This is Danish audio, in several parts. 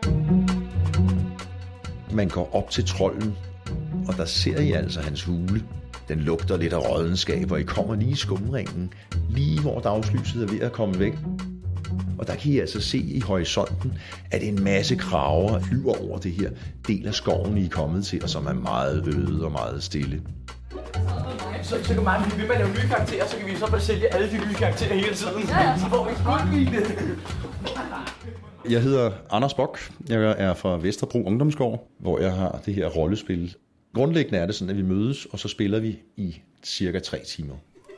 Man går op til trolden, og der ser I altså hans hule. Den lugter lidt af rådenskab, og I kommer lige i skumringen, lige hvor dagslyset er ved at komme væk. Og der kan I altså se i horisonten, at en masse krager flyver over det her del af skoven, I er kommet til, og som er meget øde og meget stille. Så kan man blive ved med at lave nye karakterer, så kan vi så bare sælge alle de nye karakterer hele tiden. Ja. Så får vi guldvine. Jeg hedder Anders Bock. Jeg er fra Vesterbro Ungdomsgård, hvor jeg har det her rollespil. Grundlæggende er det sådan, at vi mødes, og så spiller vi i cirka 3 timer.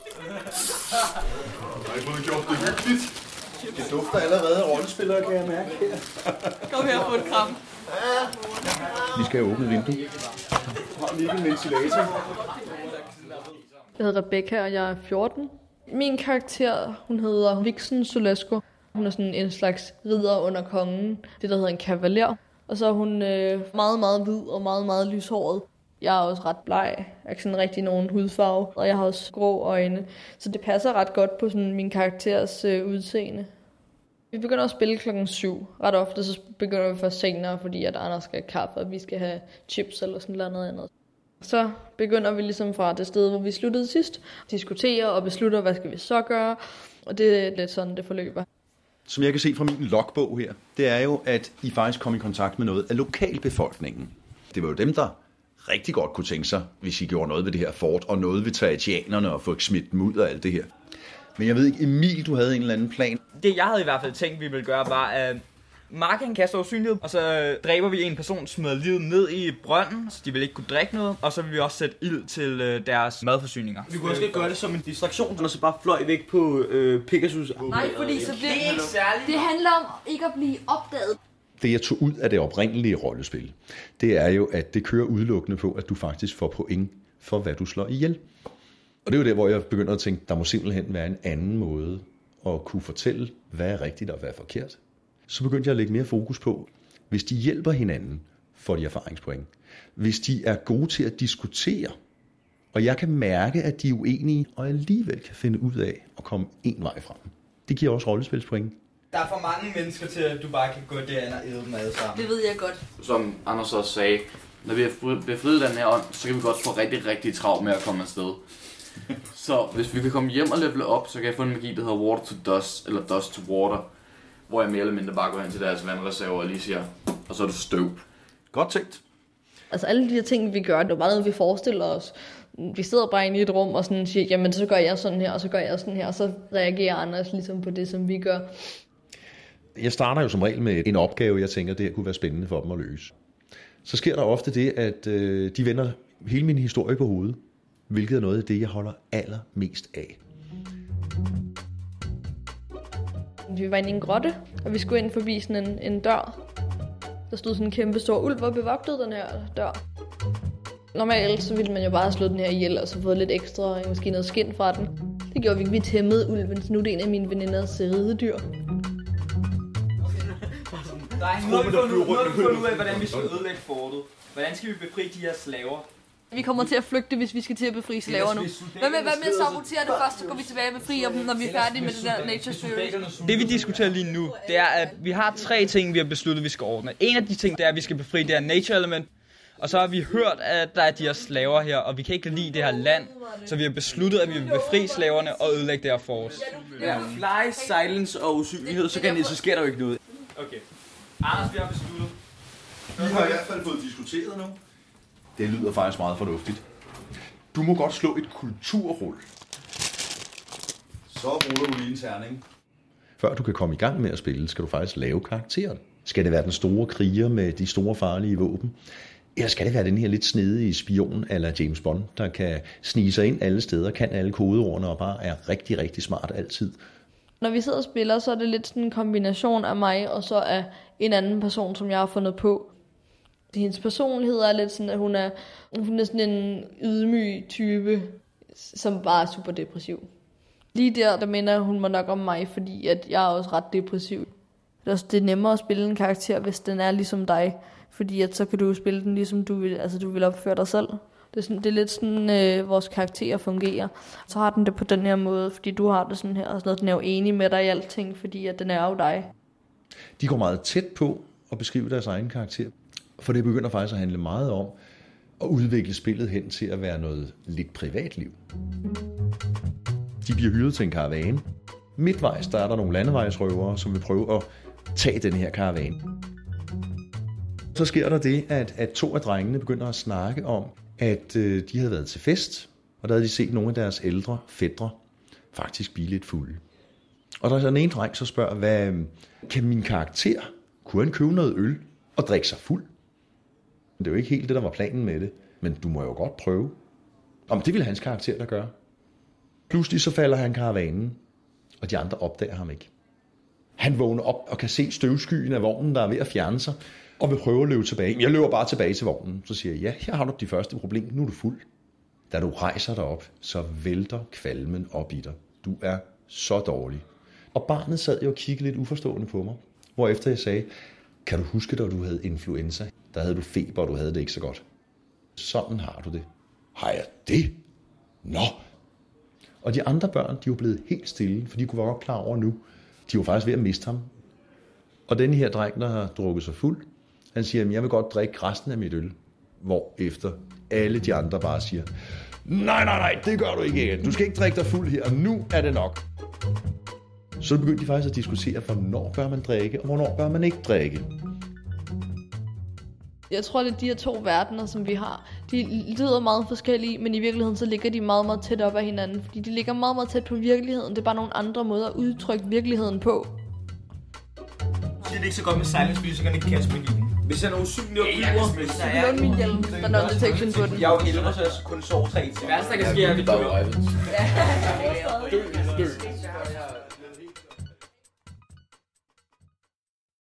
Det dufter allerede af rollespillere, kan jeg mærke her. Kom her og få et kram. Vi skal åbne vinduet. Har lige en ventilator. Jeg hedder Rebecca, og jeg er 14. Min karakter, hun hedder Vixen Solesko. Hun er sådan en slags ridder under kongen. Det, der hedder en kavaler. Og så er hun meget, meget hvid og meget, meget lyshåret. Jeg er også ret bleg. Jeg har ikke sådan rigtig nogen hudfarve. Og jeg har også grå øjne. Så det passer ret godt på sådan min karakteres udseende. Vi begynder at spille 7:00. Ret ofte så begynder vi først senere, fordi at Anders skal have kaffe, og vi skal have chips eller sådan noget andet. Så begynder vi ligesom fra det sted, hvor vi sluttede sidst, diskutere og beslutter, hvad skal vi så gøre. Og det er lidt sådan, det forløber. Som jeg kan se fra min logbog her, det er jo, at I faktisk kom i kontakt med noget af lokalbefolkningen. Det var jo dem, der rigtig godt kunne tænke sig, hvis I gjorde noget ved det her fort, og noget ved territianerne og få smidt dem ud af alt det her. Men jeg ved ikke, Emil, du havde en eller anden plan. Det jeg havde i hvert fald tænkt, vi ville gøre, var at Mark han kaster usynlighed, og så dræber vi en person, smider livet ned i brønden, så de vil ikke kunne drikke noget, og så vil vi også sætte ild til deres madforsyninger. Vi kunne også gøre det som en distraktion, og så bare fløj væk på Pegasus. Nej, fordi så Det er ikke særligt. det handler om ikke at blive opdaget. Det, jeg tog ud af det oprindelige rollespil, det er jo, at det kører udelukkende på, at du faktisk får point for, hvad du slår ihjel. Og det er jo der, hvor jeg begynder at tænke, der må simpelthen være en anden måde at kunne fortælle, hvad er rigtigt og hvad er forkert. Så begyndte jeg at lægge mere fokus på, hvis de hjælper hinanden, får de erfaringspoint. Hvis de er gode til at diskutere, og jeg kan mærke, at de er uenige, og alligevel kan finde ud af at komme en vej frem. Det giver også rollespilspoint. Der er for mange mennesker til, at du bare kan gå derind og æde dem alle sammen. Det ved jeg godt. Som Anders også sagde, når vi har befriet den her ånd, så kan vi godt få rigtig, rigtig travlt med at komme afsted. Så hvis vi kan komme hjem og levele op, så kan jeg få en magi, der hedder Water to Dust, eller Dust to Water, hvor jeg mere eller mindre bare går hen til deres vandreserver og lige siger, og så er du støv. Godt tænkt. Altså alle de her ting, vi gør, det er bare noget, vi forestiller os. Vi sidder bare inde i et rum og sådan siger, jamen så gør jeg sådan her, og så gør jeg sådan her, og så reagerer Anders ligesom på det, som vi gør. Jeg starter jo som regel med en opgave, jeg tænker, det her kunne være spændende for dem at løse. Så sker der ofte det, at de vender hele min historie på hovedet, hvilket er noget af det, jeg holder allermest af. Vi var inde i en grotte, og vi skulle ind forbi sådan en dør. Der stod sådan en kæmpe stor ulv og bevogtede den her dør. Normalt så ville man jo bare have slået den her ihjel, og så fået lidt ekstra, måske noget skind fra den. Det gjorde vi ikke. Vi tæmmede ulven, så nu er det en af mine veninders ridedyr. Nu har vi fundet ud af, hvordan vi skal ødelægge fortet. Hvordan skal vi befri de her slaver? Vi kommer til at flygte, hvis vi skal til at befri slaver nu. Hvad med at sabotere det først, så går vi tilbage med fri, når vi er færdige med det der Nature Series. Det vi diskuterer lige nu, det er, at vi har 3 ting, vi har besluttet, vi skal ordne. En af de ting, det er, at vi skal befri det her nature element. Og så har vi hørt, at der er de her slaver her, og vi kan ikke lide det her land. Så vi har besluttet, at vi vil befri slaverne og ødelægge det her force. Ja, fly, silence og usynlighed, så sker der jo ikke noget. Okay. Anders, vi har besluttet. Vi har i hvert fald fået diskuteret nu. Det lyder faktisk meget fornuftigt. Du må godt slå et kulturrull. Så ruller du lige en terning. Før du kan komme i gang med at spille, skal du faktisk lave karakteren. Skal det være den store kriger med de store farlige våben? Eller skal det være den her lidt snedige spion eller James Bond, der kan snige sig ind alle steder, kan alle kodeordene og bare er rigtig, rigtig smart altid? Når vi sidder og spiller, så er det lidt sådan en kombination af mig og så af en anden person, som jeg har fundet på. Hendes personlighed er lidt sådan, at hun er sådan en ydmyg type, som bare er super depressiv. Lige der minder hun mig nok om mig, fordi at jeg er også ret depressiv. Det er nemmere at spille en karakter, hvis den er ligesom dig, fordi at så kan du spille den ligesom du vil, altså du vil opføre dig selv. Det er lidt sådan, vores karakterer fungerer. Så har den det på den her måde, fordi du har det sådan her, og sådan noget, den er jo enig med dig i alting, fordi at den er jo dig. De går meget tæt på, at beskrive deres egen karakter. For det begynder faktisk at handle meget om at udvikle spillet hen til at være noget lidt privatliv. De bliver hyret til en karavane. Midtvejs der er der nogle landevejsrøvere, som vil prøve at tage den her karavane. Så sker der det, at 2 af drengene begynder at snakke om, at de havde været til fest, og der havde de set nogle af deres ældre fætre faktisk blive lidt fulde. Og der er så en ene dreng, så spørger, hvad kan min karakter, kunne han købe noget øl og drikke sig fuld? Det er jo ikke helt det, der var planen med det, men du må jo godt prøve. Om det vil hans karakter der gøre. Pludselig så falder han karavanen, og de andre opdager ham ikke. Han vågner op og kan se støvskyen af vognen, der er ved at fjerne sig, og vil prøve at løbe tilbage. Jeg løber bare tilbage til vognen. Så siger jeg, ja, her har du de første problem, nu er du fuld. Da du rejser dig op, så vælter kvalmen op i dig. Du er så dårlig. Og barnet sad jo og kiggede lidt uforstående på mig, hvorefter jeg sagde, kan du huske, da du havde influenza? Der havde du feber, og du havde det ikke så godt. Sådan har du det. Har jeg det? Nå! Og de andre børn, de var blevet helt stille, for de kunne være godt klar over nu. De var faktisk ved at miste ham. Og den her dreng, der har drukket sig fuld, han siger, jeg vil godt drikke resten af mit øl. Hvorefter alle de andre bare siger, nej, det gør du ikke igen. Du skal ikke drikke dig fuld her, og nu er det nok. Så begyndte de faktisk at diskutere, hvornår bør man drikke, og hvornår bør man ikke drikke. Jeg tror, det er de her 2 verdener, som vi har. De lyder meget forskellige, men i virkeligheden så ligger de meget, meget tæt op af hinanden. Fordi de ligger meget, meget tæt på virkeligheden. Det er bare nogle andre måder at udtrykke virkeligheden på. Det er ikke så godt med silence, fordi så kan ikke kaste med den. Hvis jeg er usynlig og flyver, Så kan låne min hjelm, der er noget detection på den. jeg er jo 11, så jeg kun sover 3 timer. Det værste, der kan ske, er, at vi dør. Ja. Dø.